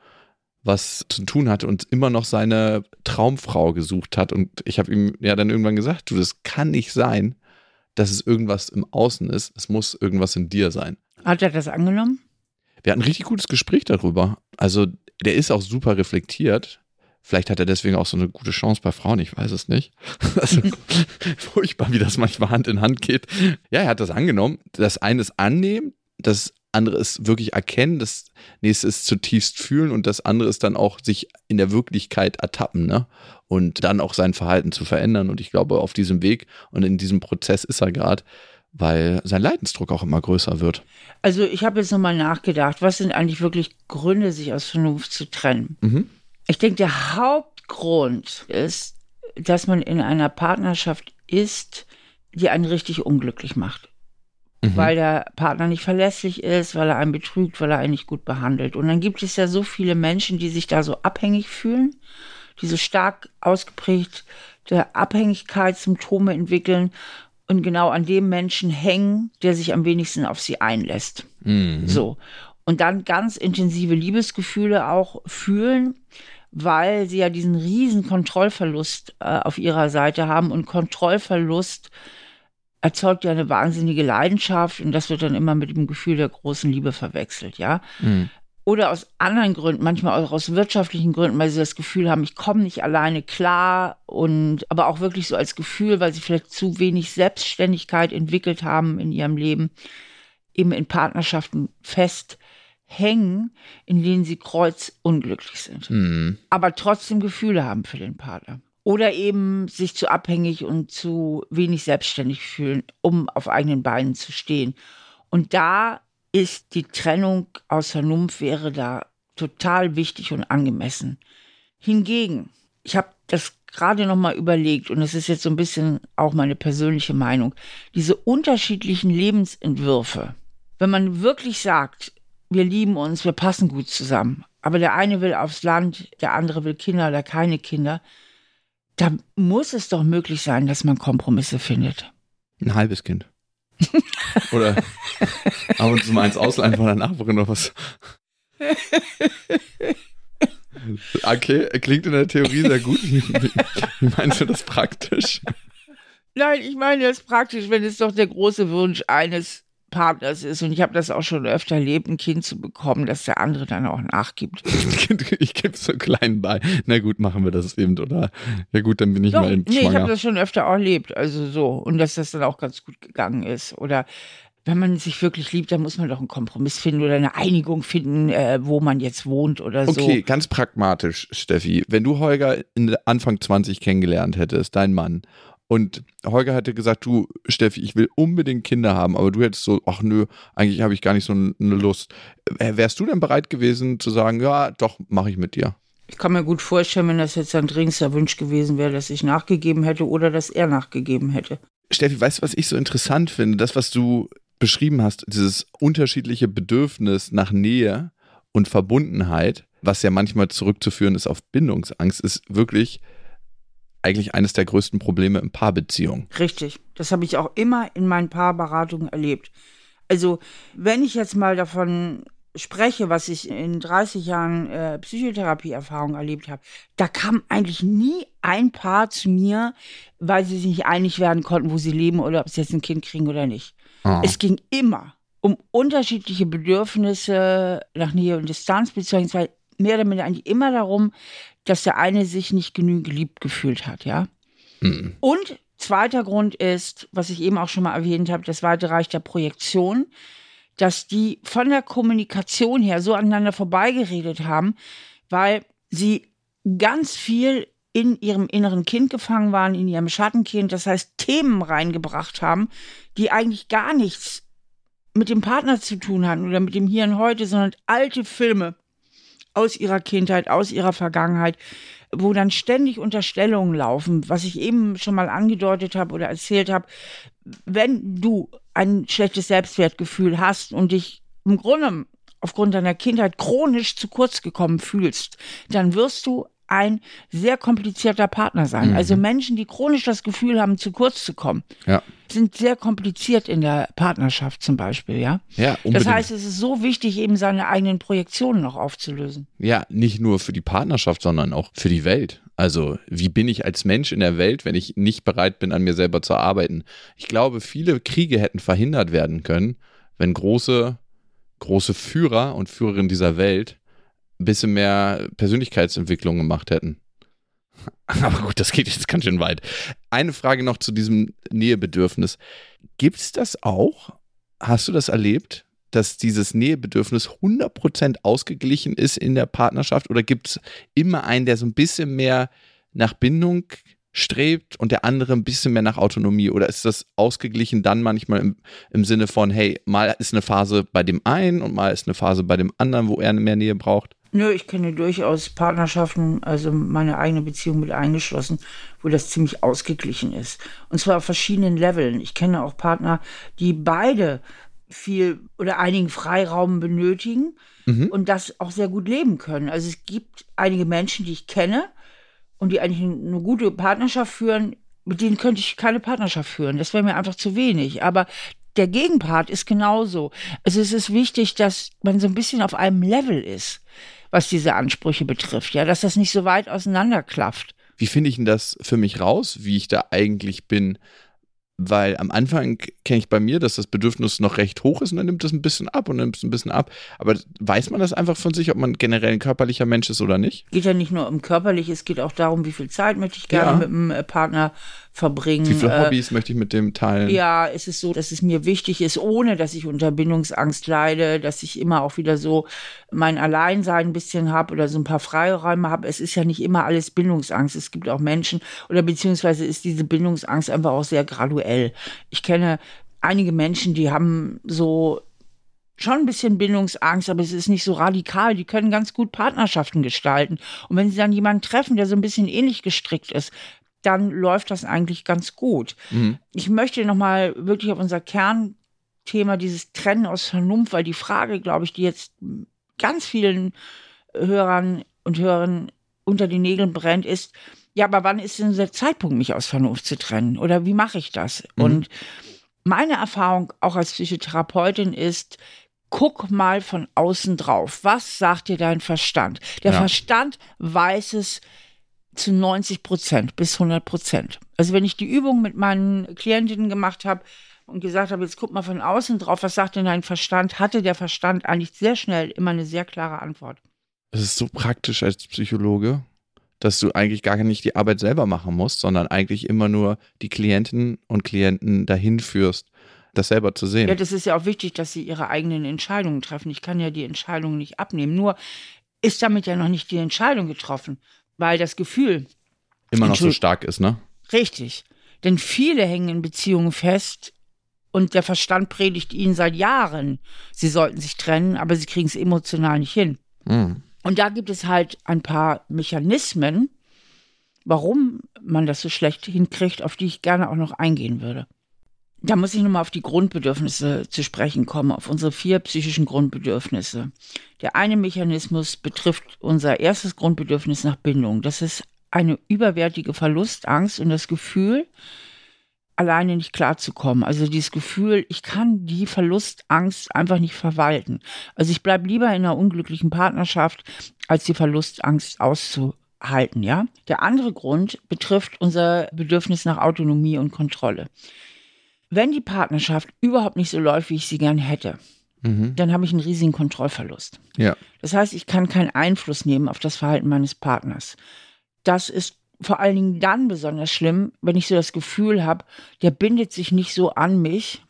was zu tun hatte und immer noch seine Traumfrau gesucht hat. Und ich habe ihm ja dann irgendwann gesagt, du, das kann nicht sein, dass es irgendwas im Außen ist. Es muss irgendwas in dir sein. Hat er das angenommen? Wir hatten ein richtig gutes Gespräch darüber. Also der ist auch super reflektiert. Vielleicht hat er deswegen auch so eine gute Chance bei Frauen, ich weiß es nicht. Also, furchtbar, wie das manchmal Hand in Hand geht. Ja, er hat das angenommen. Das eine ist annehmen, das andere ist wirklich erkennen, das nächste ist zutiefst fühlen und das andere ist dann auch sich in der Wirklichkeit ertappen, ne? Und dann auch sein Verhalten zu verändern. Und ich glaube, auf diesem Weg und in diesem Prozess ist er gerade, weil sein Leidensdruck auch immer größer wird. Also ich habe jetzt nochmal nachgedacht, was sind eigentlich wirklich Gründe, sich aus Vernunft zu trennen? Mhm. Ich denke, der Hauptgrund ist, dass man in einer Partnerschaft ist, die einen richtig unglücklich macht. Mhm. Weil der Partner nicht verlässlich ist, weil er einen betrügt, weil er einen nicht gut behandelt. Und dann gibt es ja so viele Menschen, die sich da so abhängig fühlen, die so stark ausgeprägte Abhängigkeitssymptome entwickeln und genau an dem Menschen hängen, der sich am wenigsten auf sie einlässt. Mhm. So. Und dann ganz intensive Liebesgefühle auch fühlen, weil sie ja diesen riesen Kontrollverlust äh, auf ihrer Seite haben. Und Kontrollverlust erzeugt ja eine wahnsinnige Leidenschaft und das wird dann immer mit dem Gefühl der großen Liebe verwechselt, ja. Mhm. Oder aus anderen Gründen, manchmal auch aus wirtschaftlichen Gründen, weil sie das Gefühl haben, ich komme nicht alleine klar und aber auch wirklich so als Gefühl, weil sie vielleicht zu wenig Selbstständigkeit entwickelt haben in ihrem Leben, eben in Partnerschaften fest hängen, in denen sie kreuzunglücklich sind, mhm. aber trotzdem Gefühle haben für den Partner. Oder eben sich zu abhängig und zu wenig selbstständig fühlen, um auf eigenen Beinen zu stehen. Und da ist die Trennung aus Vernunft wäre da total wichtig und angemessen. Hingegen, ich habe das gerade noch mal überlegt und das ist jetzt so ein bisschen auch meine persönliche Meinung, diese unterschiedlichen Lebensentwürfe, wenn man wirklich sagt, wir lieben uns, wir passen gut zusammen, aber der eine will aufs Land, der andere will Kinder oder keine Kinder, da muss es doch möglich sein, dass man Kompromisse findet. Ein halbes Kind. Oder ab und zu mal ins Ausleihen von der Nachbarin oder was. Okay, klingt in der Theorie sehr gut. Wie, wie meinst du das praktisch? Nein, ich meine das praktisch, wenn es doch der große Wunsch eines Partners ist. Und ich habe das auch schon öfter erlebt, ein Kind zu bekommen, dass der andere dann auch nachgibt. Ich gebe es so klein bei. Na gut, machen wir das eben, oder? Ja gut, dann bin ich Doch, mal eben nee, schwanger. Ich habe das schon öfter auch erlebt, also so. Und dass das dann auch ganz gut gegangen ist. Oder wenn man sich wirklich liebt, dann muss man doch einen Kompromiss finden oder eine Einigung finden, äh, wo man jetzt wohnt oder so. Okay, ganz pragmatisch, Steffi. Wenn du Holger in Anfang zwanzig kennengelernt hättest, dein Mann, und Holger hatte gesagt, du, Steffi, ich will unbedingt Kinder haben, aber du hättest so, ach nö, eigentlich habe ich gar nicht so eine Lust. Wärst du denn bereit gewesen zu sagen, ja, doch, mache ich mit dir? Ich kann mir gut vorstellen, wenn das jetzt ein dringendster Wunsch gewesen wäre, dass ich nachgegeben hätte oder dass er nachgegeben hätte. Steffi, weißt du, was ich so interessant finde? Das, was du beschrieben hast, dieses unterschiedliche Bedürfnis nach Nähe und Verbundenheit, was ja manchmal zurückzuführen ist auf Bindungsangst, ist wirklich eigentlich eines der größten Probleme in Paarbeziehungen. Richtig. Das habe ich auch immer in meinen Paarberatungen erlebt. Also, wenn ich jetzt mal davon spreche, was ich in dreißig Jahren äh, Psychotherapieerfahrung erlebt habe, da kam eigentlich nie ein Paar zu mir, weil sie sich nicht einig werden konnten, wo sie leben oder ob sie jetzt ein Kind kriegen oder nicht. Oh. Es ging immer um unterschiedliche Bedürfnisse nach Nähe und Distanz, beziehungsweise mehr oder minder eigentlich immer darum, dass der eine sich nicht genügend geliebt gefühlt hat, ja. Mhm. Und zweiter Grund ist, was ich eben auch schon mal erwähnt habe, das weite Reich der Projektion, dass die von der Kommunikation her so aneinander vorbeigeredet haben, weil sie ganz viel in ihrem inneren Kind gefangen waren, in ihrem Schattenkind, das heißt Themen reingebracht haben, die eigentlich gar nichts mit dem Partner zu tun hatten oder mit dem Hier und Heute, sondern alte Filme aus ihrer Kindheit, aus ihrer Vergangenheit, wo dann ständig Unterstellungen laufen, was ich eben schon mal angedeutet habe oder erzählt habe. Wenn du ein schlechtes Selbstwertgefühl hast und dich im Grunde aufgrund deiner Kindheit chronisch zu kurz gekommen fühlst, dann wirst du ein sehr komplizierter Partner sein. Mhm. Also Menschen, die chronisch das Gefühl haben, zu kurz zu kommen, ja, sind sehr kompliziert in der Partnerschaft zum Beispiel, ja. Ja, unbedingt. Das heißt, es ist so wichtig, eben seine eigenen Projektionen noch aufzulösen. Ja, nicht nur für die Partnerschaft, sondern auch für die Welt. Also, wie bin ich als Mensch in der Welt, wenn ich nicht bereit bin, an mir selber zu arbeiten? Ich glaube, viele Kriege hätten verhindert werden können, wenn große, große Führer und Führerinnen dieser Welt ein bisschen mehr Persönlichkeitsentwicklung gemacht hätten. Aber gut, das geht jetzt ganz schön weit. Eine Frage noch zu diesem Nähebedürfnis. Gibt es das auch? Hast du das erlebt, dass dieses Nähebedürfnis hundert Prozent ausgeglichen ist in der Partnerschaft? Oder gibt es immer einen, der so ein bisschen mehr nach Bindung strebt und der andere ein bisschen mehr nach Autonomie? Oder ist das ausgeglichen dann manchmal im, im Sinne von, hey, mal ist eine Phase bei dem einen und mal ist eine Phase bei dem anderen, wo er mehr Nähe braucht? Nö, ich kenne durchaus Partnerschaften, also meine eigene Beziehung mit eingeschlossen, wo das ziemlich ausgeglichen ist. Und zwar auf verschiedenen Leveln. Ich kenne auch Partner, die beide viel oder einigen Freiraum benötigen mhm. und das auch sehr gut leben können. Also es gibt einige Menschen, die ich kenne und die eigentlich eine gute Partnerschaft führen, mit denen könnte ich keine Partnerschaft führen. Das wäre mir einfach zu wenig. Aber der Gegenpart ist genauso. Also es ist wichtig, dass man so ein bisschen auf einem Level ist, was diese Ansprüche betrifft, ja, dass das nicht so weit auseinanderklafft. Wie finde ich denn das für mich raus, wie ich da eigentlich bin? Weil am Anfang kenne ich bei mir, dass das Bedürfnis noch recht hoch ist und dann nimmt es ein bisschen ab und nimmt es ein bisschen ab. Aber weiß man das einfach von sich, ob man generell ein körperlicher Mensch ist oder nicht? Geht ja nicht nur um körperlich, es geht auch darum, wie viel Zeit möchte ich gerne ja. mit dem Partner verbringen. Wie viele Hobbys äh, möchte ich mit dem teilen? Ja, es ist so, dass es mir wichtig ist, ohne dass ich unter Bindungsangst leide, dass ich immer auch wieder so mein Alleinsein ein bisschen habe oder so ein paar Freiräume habe. Es ist ja nicht immer alles Bindungsangst. Es gibt auch Menschen oder beziehungsweise ist diese Bindungsangst einfach auch sehr graduell. Ich kenne einige Menschen, die haben so schon ein bisschen Bindungsangst, aber es ist nicht so radikal. Die können ganz gut Partnerschaften gestalten. Und wenn sie dann jemanden treffen, der so ein bisschen ähnlich gestrickt ist, dann läuft das eigentlich ganz gut. Mhm. Ich möchte nochmal wirklich auf unser Kernthema, dieses Trennen aus Vernunft, weil die Frage, glaube ich, die jetzt ganz vielen Hörern und Hörern unter den Nägeln brennt, ist, ja, aber wann ist denn der Zeitpunkt, mich aus Vernunft zu trennen? Oder wie mache ich das? Mhm. Und meine Erfahrung auch als Psychotherapeutin ist, guck mal von außen drauf. Was sagt dir dein Verstand? Der ja. Verstand weiß es zu neunzig Prozent bis hundert Prozent. Also wenn ich die Übung mit meinen Klientinnen gemacht habe und gesagt habe, jetzt guck mal von außen drauf, was sagt denn dein Verstand, hatte der Verstand eigentlich sehr schnell immer eine sehr klare Antwort. Es ist so praktisch als Psychologe, dass du eigentlich gar nicht die Arbeit selber machen musst, sondern eigentlich immer nur die Klientinnen und Klienten dahin führst, das selber zu sehen. Ja, das ist ja auch wichtig, dass sie ihre eigenen Entscheidungen treffen. Ich kann ja die Entscheidungen nicht abnehmen. Nur ist damit ja noch nicht die Entscheidung getroffen, weil das Gefühl immer noch so stark ist, ne? Richtig. Denn viele hängen in Beziehungen fest und der Verstand predigt ihnen seit Jahren, sie sollten sich trennen, aber sie kriegen es emotional nicht hin. Mhm. Und da gibt es halt ein paar Mechanismen, warum man das so schlecht hinkriegt, auf die ich gerne auch noch eingehen würde. Da muss ich nochmal auf die Grundbedürfnisse zu sprechen kommen, auf unsere vier psychischen Grundbedürfnisse. Der eine Mechanismus betrifft unser erstes Grundbedürfnis nach Bindung. Das ist eine überwältige Verlustangst und das Gefühl, alleine nicht klarzukommen. Also dieses Gefühl, ich kann die Verlustangst einfach nicht verwalten. Also ich bleibe lieber in einer unglücklichen Partnerschaft, als die Verlustangst auszuhalten, ja. Der andere Grund betrifft unser Bedürfnis nach Autonomie und Kontrolle. Wenn die Partnerschaft überhaupt nicht so läuft, wie ich sie gern hätte, mhm. dann habe ich einen riesigen Kontrollverlust. Ja. Das heißt, ich kann keinen Einfluss nehmen auf das Verhalten meines Partners. Das ist vor allen Dingen dann besonders schlimm, wenn ich so das Gefühl habe, der bindet sich nicht so an mich,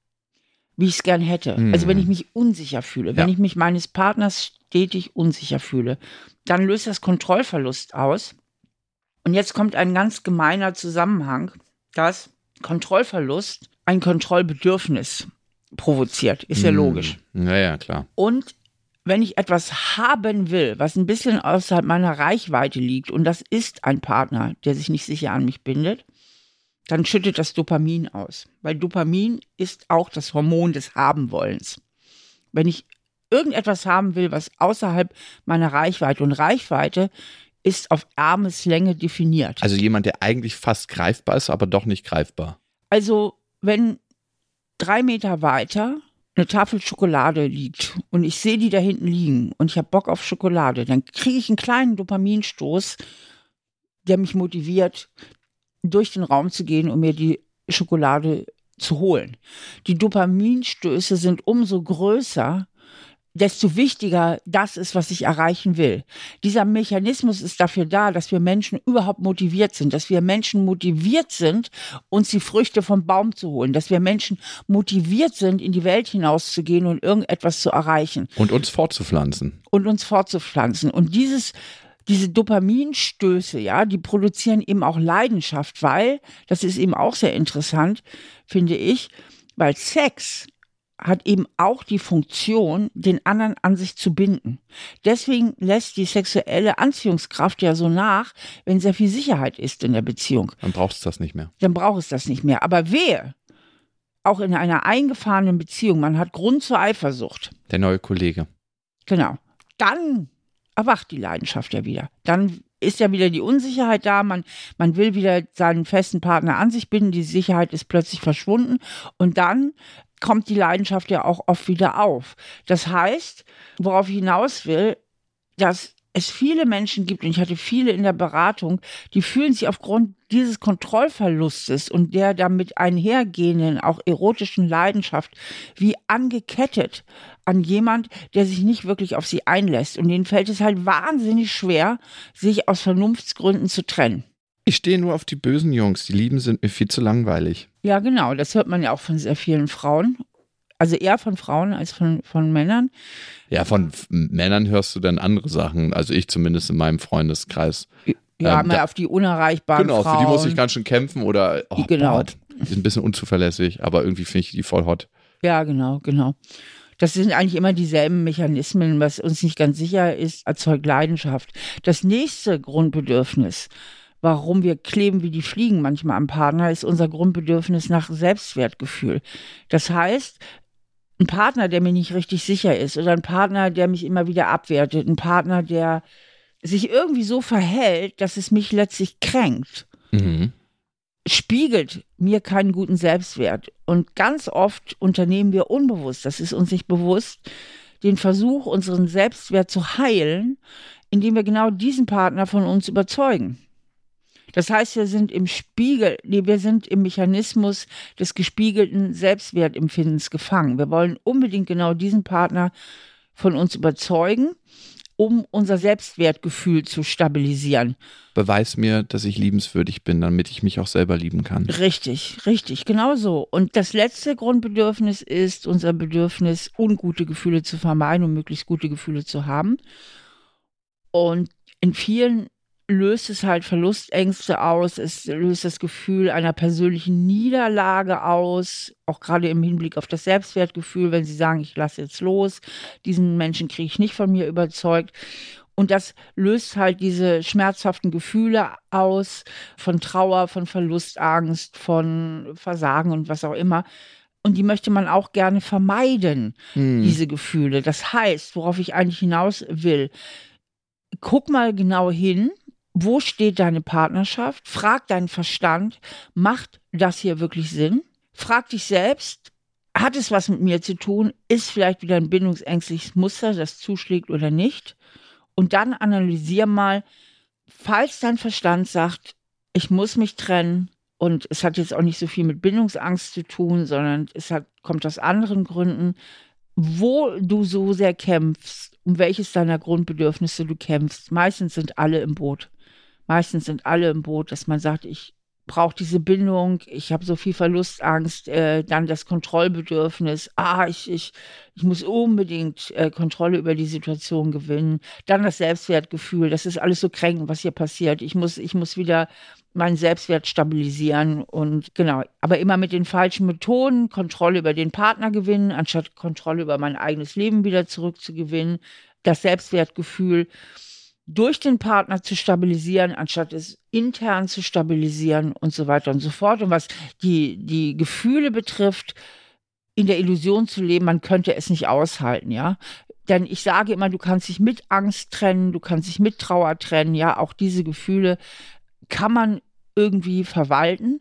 wie ich es gern hätte. Mhm. Also wenn ich mich unsicher fühle, ja. wenn ich mich meines Partners stetig unsicher fühle, dann löst das Kontrollverlust aus. Und jetzt kommt ein ganz gemeiner Zusammenhang, dass Kontrollverlust ein Kontrollbedürfnis provoziert. Ist ja logisch. Naja, klar. Und wenn ich etwas haben will, was ein bisschen außerhalb meiner Reichweite liegt, und das ist ein Partner, der sich nicht sicher an mich bindet, dann schüttet das Dopamin aus. Weil Dopamin ist auch das Hormon des Habenwollens. Wenn ich irgendetwas haben will, was außerhalb meiner Reichweite, und Reichweite ist auf Armeslänge definiert. Also jemand, der eigentlich fast greifbar ist, aber doch nicht greifbar. Also wenn drei Meter weiter eine Tafel Schokolade liegt und ich sehe die da hinten liegen und ich habe Bock auf Schokolade, dann kriege ich einen kleinen Dopaminstoß, der mich motiviert, durch den Raum zu gehen und mir die Schokolade zu holen. Die Dopaminstöße sind umso größer, desto wichtiger das ist, was ich erreichen will. Dieser Mechanismus ist dafür da, dass wir Menschen überhaupt motiviert sind, dass wir Menschen motiviert sind, uns die Früchte vom Baum zu holen, dass wir Menschen motiviert sind, in die Welt hinauszugehen und irgendetwas zu erreichen. Und uns fortzupflanzen. Und uns fortzupflanzen. Und dieses, diese Dopaminstöße, ja, die produzieren eben auch Leidenschaft, weil, das ist eben auch sehr interessant, finde ich, weil Sex hat eben auch die Funktion, den anderen an sich zu binden. Deswegen lässt die sexuelle Anziehungskraft ja so nach, wenn sehr viel Sicherheit ist in der Beziehung. Dann braucht es das nicht mehr. Dann braucht es das nicht mehr. Aber wehe, auch in einer eingefahrenen Beziehung, man hat Grund zur Eifersucht. Der neue Kollege. Genau. Dann erwacht die Leidenschaft ja wieder. Dann ist ja wieder die Unsicherheit da, man, man will wieder seinen festen Partner an sich binden, die Sicherheit ist plötzlich verschwunden und dann kommt die Leidenschaft ja auch oft wieder auf. Das heißt, worauf ich hinaus will, dass es viele Menschen gibt, und ich hatte viele in der Beratung, die fühlen sich aufgrund dieses Kontrollverlustes und der damit einhergehenden, auch erotischen Leidenschaft, wie angekettet an jemand, der sich nicht wirklich auf sie einlässt. Und denen fällt es halt wahnsinnig schwer, sich aus Vernunftsgründen zu trennen. Ich stehe nur auf die bösen Jungs, die Lieben sind mir viel zu langweilig. Ja, genau, das hört man ja auch von sehr vielen Frauen. Also eher von Frauen als von, von Männern. Ja, von F- Männern hörst du dann andere Sachen. Also ich zumindest in meinem Freundeskreis. Ja, ähm, mal da, auf die unerreichbaren genau, Frauen. Genau, für die muss ich ganz schön kämpfen oder oh, genau. boah, die sind ein bisschen unzuverlässig, aber irgendwie finde ich die voll hot. Ja, genau, genau. Das sind eigentlich immer dieselben Mechanismen. Was uns nicht ganz sicher ist, erzeugt Leidenschaft. Das nächste Grundbedürfnis, warum wir kleben wie die Fliegen manchmal am Partner, ist unser Grundbedürfnis nach Selbstwertgefühl. Das heißt, ein Partner, der mir nicht richtig sicher ist oder ein Partner, der mich immer wieder abwertet, ein Partner, der sich irgendwie so verhält, dass es mich letztlich kränkt, mhm. spiegelt mir keinen guten Selbstwert. Und ganz oft unternehmen wir unbewusst, das ist uns nicht bewusst, den Versuch, unseren Selbstwert zu heilen, indem wir genau diesen Partner von uns überzeugen. Das heißt, wir sind im Spiegel, nee, wir sind im Mechanismus des gespiegelten Selbstwertempfindens gefangen. Wir wollen unbedingt genau diesen Partner von uns überzeugen, um unser Selbstwertgefühl zu stabilisieren. Beweis mir, dass ich liebenswürdig bin, damit ich mich auch selber lieben kann. Richtig, richtig, genau so. Und das letzte Grundbedürfnis ist unser Bedürfnis, ungute Gefühle zu vermeiden und möglichst gute Gefühle zu haben. Und in vielen löst es halt Verlustängste aus, es löst das Gefühl einer persönlichen Niederlage aus, auch gerade im Hinblick auf das Selbstwertgefühl, wenn sie sagen, ich lasse jetzt los, diesen Menschen kriege ich nicht von mir überzeugt. Und das löst halt diese schmerzhaften Gefühle aus von Trauer, von Verlustangst, von Versagen und was auch immer. Und die möchte man auch gerne vermeiden, hm. diese Gefühle. Das heißt, worauf ich eigentlich hinaus will, guck mal genau hin, wo steht deine Partnerschaft? Frag deinen Verstand, macht das hier wirklich Sinn? Frag dich selbst, hat es was mit mir zu tun? Ist vielleicht wieder ein bindungsängstliches Muster, das zuschlägt oder nicht? Und dann analysier mal, falls dein Verstand sagt, ich muss mich trennen und es hat jetzt auch nicht so viel mit Bindungsangst zu tun, sondern es hat, kommt aus anderen Gründen, wo du so sehr kämpfst, um welches deiner Grundbedürfnisse du kämpfst. Meistens sind alle im Boot. Meistens sind alle im Boot, dass man sagt, ich brauche diese Bindung, ich habe so viel Verlustangst, äh, dann das Kontrollbedürfnis, ah, ich, ich, ich muss unbedingt äh, Kontrolle über die Situation gewinnen, dann das Selbstwertgefühl, das ist alles so kränkend, was hier passiert, ich muss, ich muss wieder meinen Selbstwert stabilisieren und genau, aber immer mit den falschen Methoden, Kontrolle über den Partner gewinnen, anstatt Kontrolle über mein eigenes Leben wieder zurückzugewinnen, das Selbstwertgefühl durch den Partner zu stabilisieren, anstatt es intern zu stabilisieren und so weiter und so fort. Und was die, die Gefühle betrifft, in der Illusion zu leben, man könnte es nicht aushalten, ja. Denn ich sage immer, du kannst dich mit Angst trennen, du kannst dich mit Trauer trennen, ja. Auch diese Gefühle kann man irgendwie verwalten.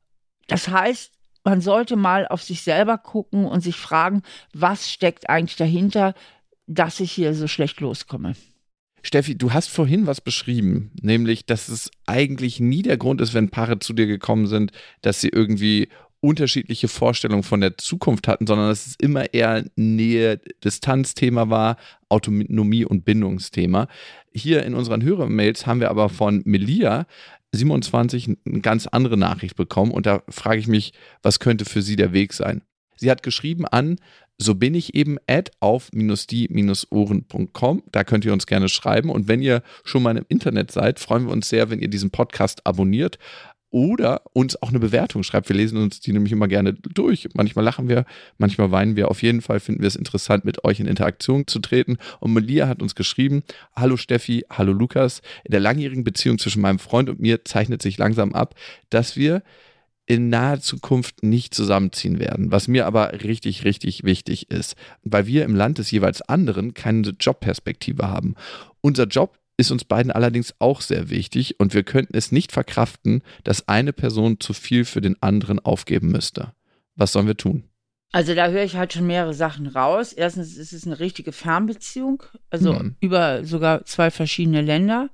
Das heißt, man sollte mal auf sich selber gucken und sich fragen, was steckt eigentlich dahinter, dass ich hier so schlecht loskomme. Steffi, du hast vorhin was beschrieben, nämlich, dass es eigentlich nie der Grund ist, wenn Paare zu dir gekommen sind, dass sie irgendwie unterschiedliche Vorstellungen von der Zukunft hatten, sondern dass es immer eher Nähe-Distanz-Thema war, Autonomie- und Bindungsthema. Hier in unseren Hörermails haben wir aber von Melia siebenundzwanzig eine ganz andere Nachricht bekommen und da frage ich mich, was könnte für sie der Weg sein? Sie hat geschrieben an so bin ich eben at auf die ohren punkt com. Da könnt ihr uns gerne schreiben. Und wenn ihr schon mal im Internet seid, freuen wir uns sehr, wenn ihr diesen Podcast abonniert oder uns auch eine Bewertung schreibt. Wir lesen uns die nämlich immer gerne durch. Manchmal lachen wir, manchmal weinen wir. Auf jeden Fall finden wir es interessant, mit euch in Interaktion zu treten. Und Melia hat uns geschrieben, hallo Steffi, hallo Lukas. In der langjährigen Beziehung zwischen meinem Freund und mir zeichnet sich langsam ab, dass wir in naher Zukunft nicht zusammenziehen werden, was mir aber richtig, richtig wichtig ist, weil wir im Land des jeweils anderen keine Jobperspektive haben. Unser Job ist uns beiden allerdings auch sehr wichtig und wir könnten es nicht verkraften, dass eine Person zu viel für den anderen aufgeben müsste. Was sollen wir tun? Also da höre ich halt schon mehrere Sachen raus. Erstens ist es eine richtige Fernbeziehung, also hm. über sogar zwei verschiedene Länder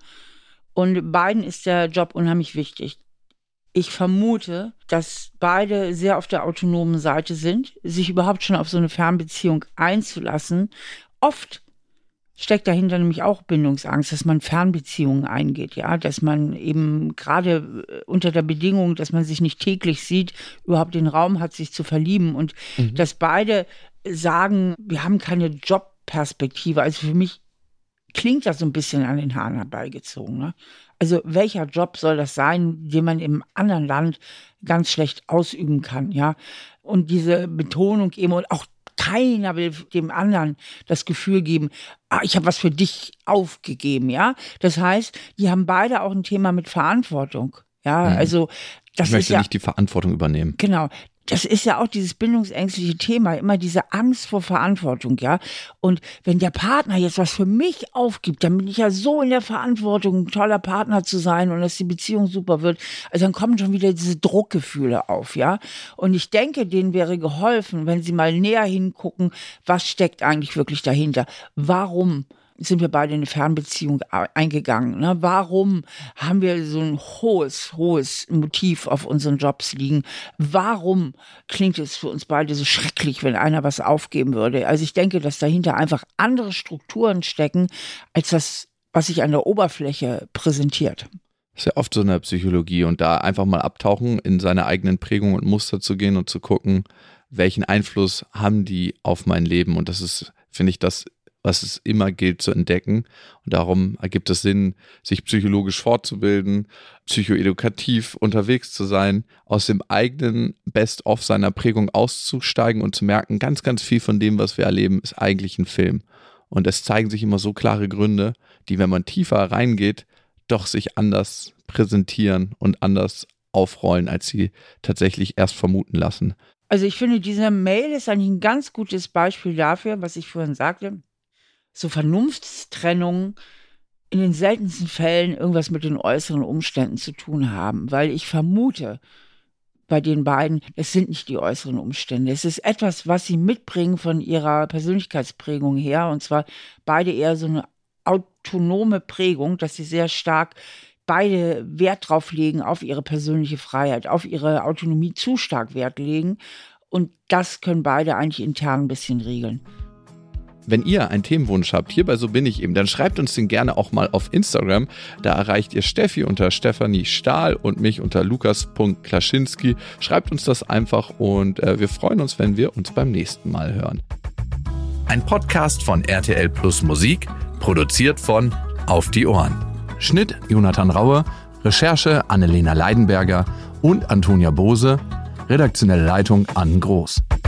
und beiden ist der Job unheimlich wichtig. Ich vermute, dass beide sehr auf der autonomen Seite sind, sich überhaupt schon auf so eine Fernbeziehung einzulassen. Oft steckt dahinter nämlich auch Bindungsangst, dass man Fernbeziehungen eingeht, ja, dass man eben gerade unter der Bedingung, dass man sich nicht täglich sieht, überhaupt den Raum hat, sich zu verlieben und mhm. dass beide sagen, wir haben keine Jobperspektive. Also für mich klingt das so ein bisschen an den Haaren herbeigezogen, ne? Also welcher Job soll das sein, den man im anderen Land ganz schlecht ausüben kann, ja? Und diese Betonung eben, und auch keiner will dem anderen das Gefühl geben, ah, ich habe was für dich aufgegeben, ja? Das heißt, die haben beide auch ein Thema mit Verantwortung, ja? Mhm. Also das ich möchte ist ja, nicht die Verantwortung übernehmen. Genau. Das ist ja auch dieses bindungsängstliche Thema, immer diese Angst vor Verantwortung, ja. Und wenn der Partner jetzt was für mich aufgibt, dann bin ich ja so in der Verantwortung, ein toller Partner zu sein und dass die Beziehung super wird. Also dann kommen schon wieder diese Druckgefühle auf, ja. Und ich denke, denen wäre geholfen, wenn sie mal näher hingucken, was steckt eigentlich wirklich dahinter? Warum sind wir beide in eine Fernbeziehung eingegangen? Ne? Warum haben wir so ein hohes, hohes Motiv auf unseren Jobs liegen? Warum klingt es für uns beide so schrecklich, wenn einer was aufgeben würde? Also ich denke, dass dahinter einfach andere Strukturen stecken, als das, was sich an der Oberfläche präsentiert. Das ist ja oft so in der Psychologie und da einfach mal abtauchen, in seine eigenen Prägungen und Muster zu gehen und zu gucken, welchen Einfluss haben die auf mein Leben? Und das ist, finde ich, das was es immer gilt zu entdecken. Und darum ergibt es Sinn, sich psychologisch fortzubilden, psychoedukativ unterwegs zu sein, aus dem eigenen Best-of seiner Prägung auszusteigen und zu merken, ganz, ganz viel von dem, was wir erleben, ist eigentlich ein Film. Und es zeigen sich immer so klare Gründe, die, wenn man tiefer reingeht, doch sich anders präsentieren und anders aufrollen, als sie tatsächlich erst vermuten lassen. Also ich finde, diese Mail ist eigentlich ein ganz gutes Beispiel dafür, was ich vorhin sagte. So Vernunftstrennungen in den seltensten Fällen irgendwas mit den äußeren Umständen zu tun haben, weil ich vermute, bei den beiden, es sind nicht die äußeren Umstände. Es ist etwas, was sie mitbringen von ihrer Persönlichkeitsprägung her, und zwar beide eher so eine autonome Prägung, dass sie sehr stark beide Wert drauf legen, auf ihre persönliche Freiheit, auf ihre Autonomie zu stark Wert legen, und das können beide eigentlich intern ein bisschen regeln. Wenn ihr einen Themenwunsch habt, hier bei So bin ich eben, dann schreibt uns den gerne auch mal auf Instagram. Da erreicht ihr Steffi unter Stefanie Stahl und mich unter lukas punkt klaschinski. Schreibt uns das einfach und äh, wir freuen uns, wenn wir uns beim nächsten Mal hören. Ein Podcast von R T L Plus Musik, produziert von Auf die Ohren. Schnitt Jonathan Raue, Recherche Annelena Leidenberger und Antonia Bose, redaktionelle Leitung Ann Groß.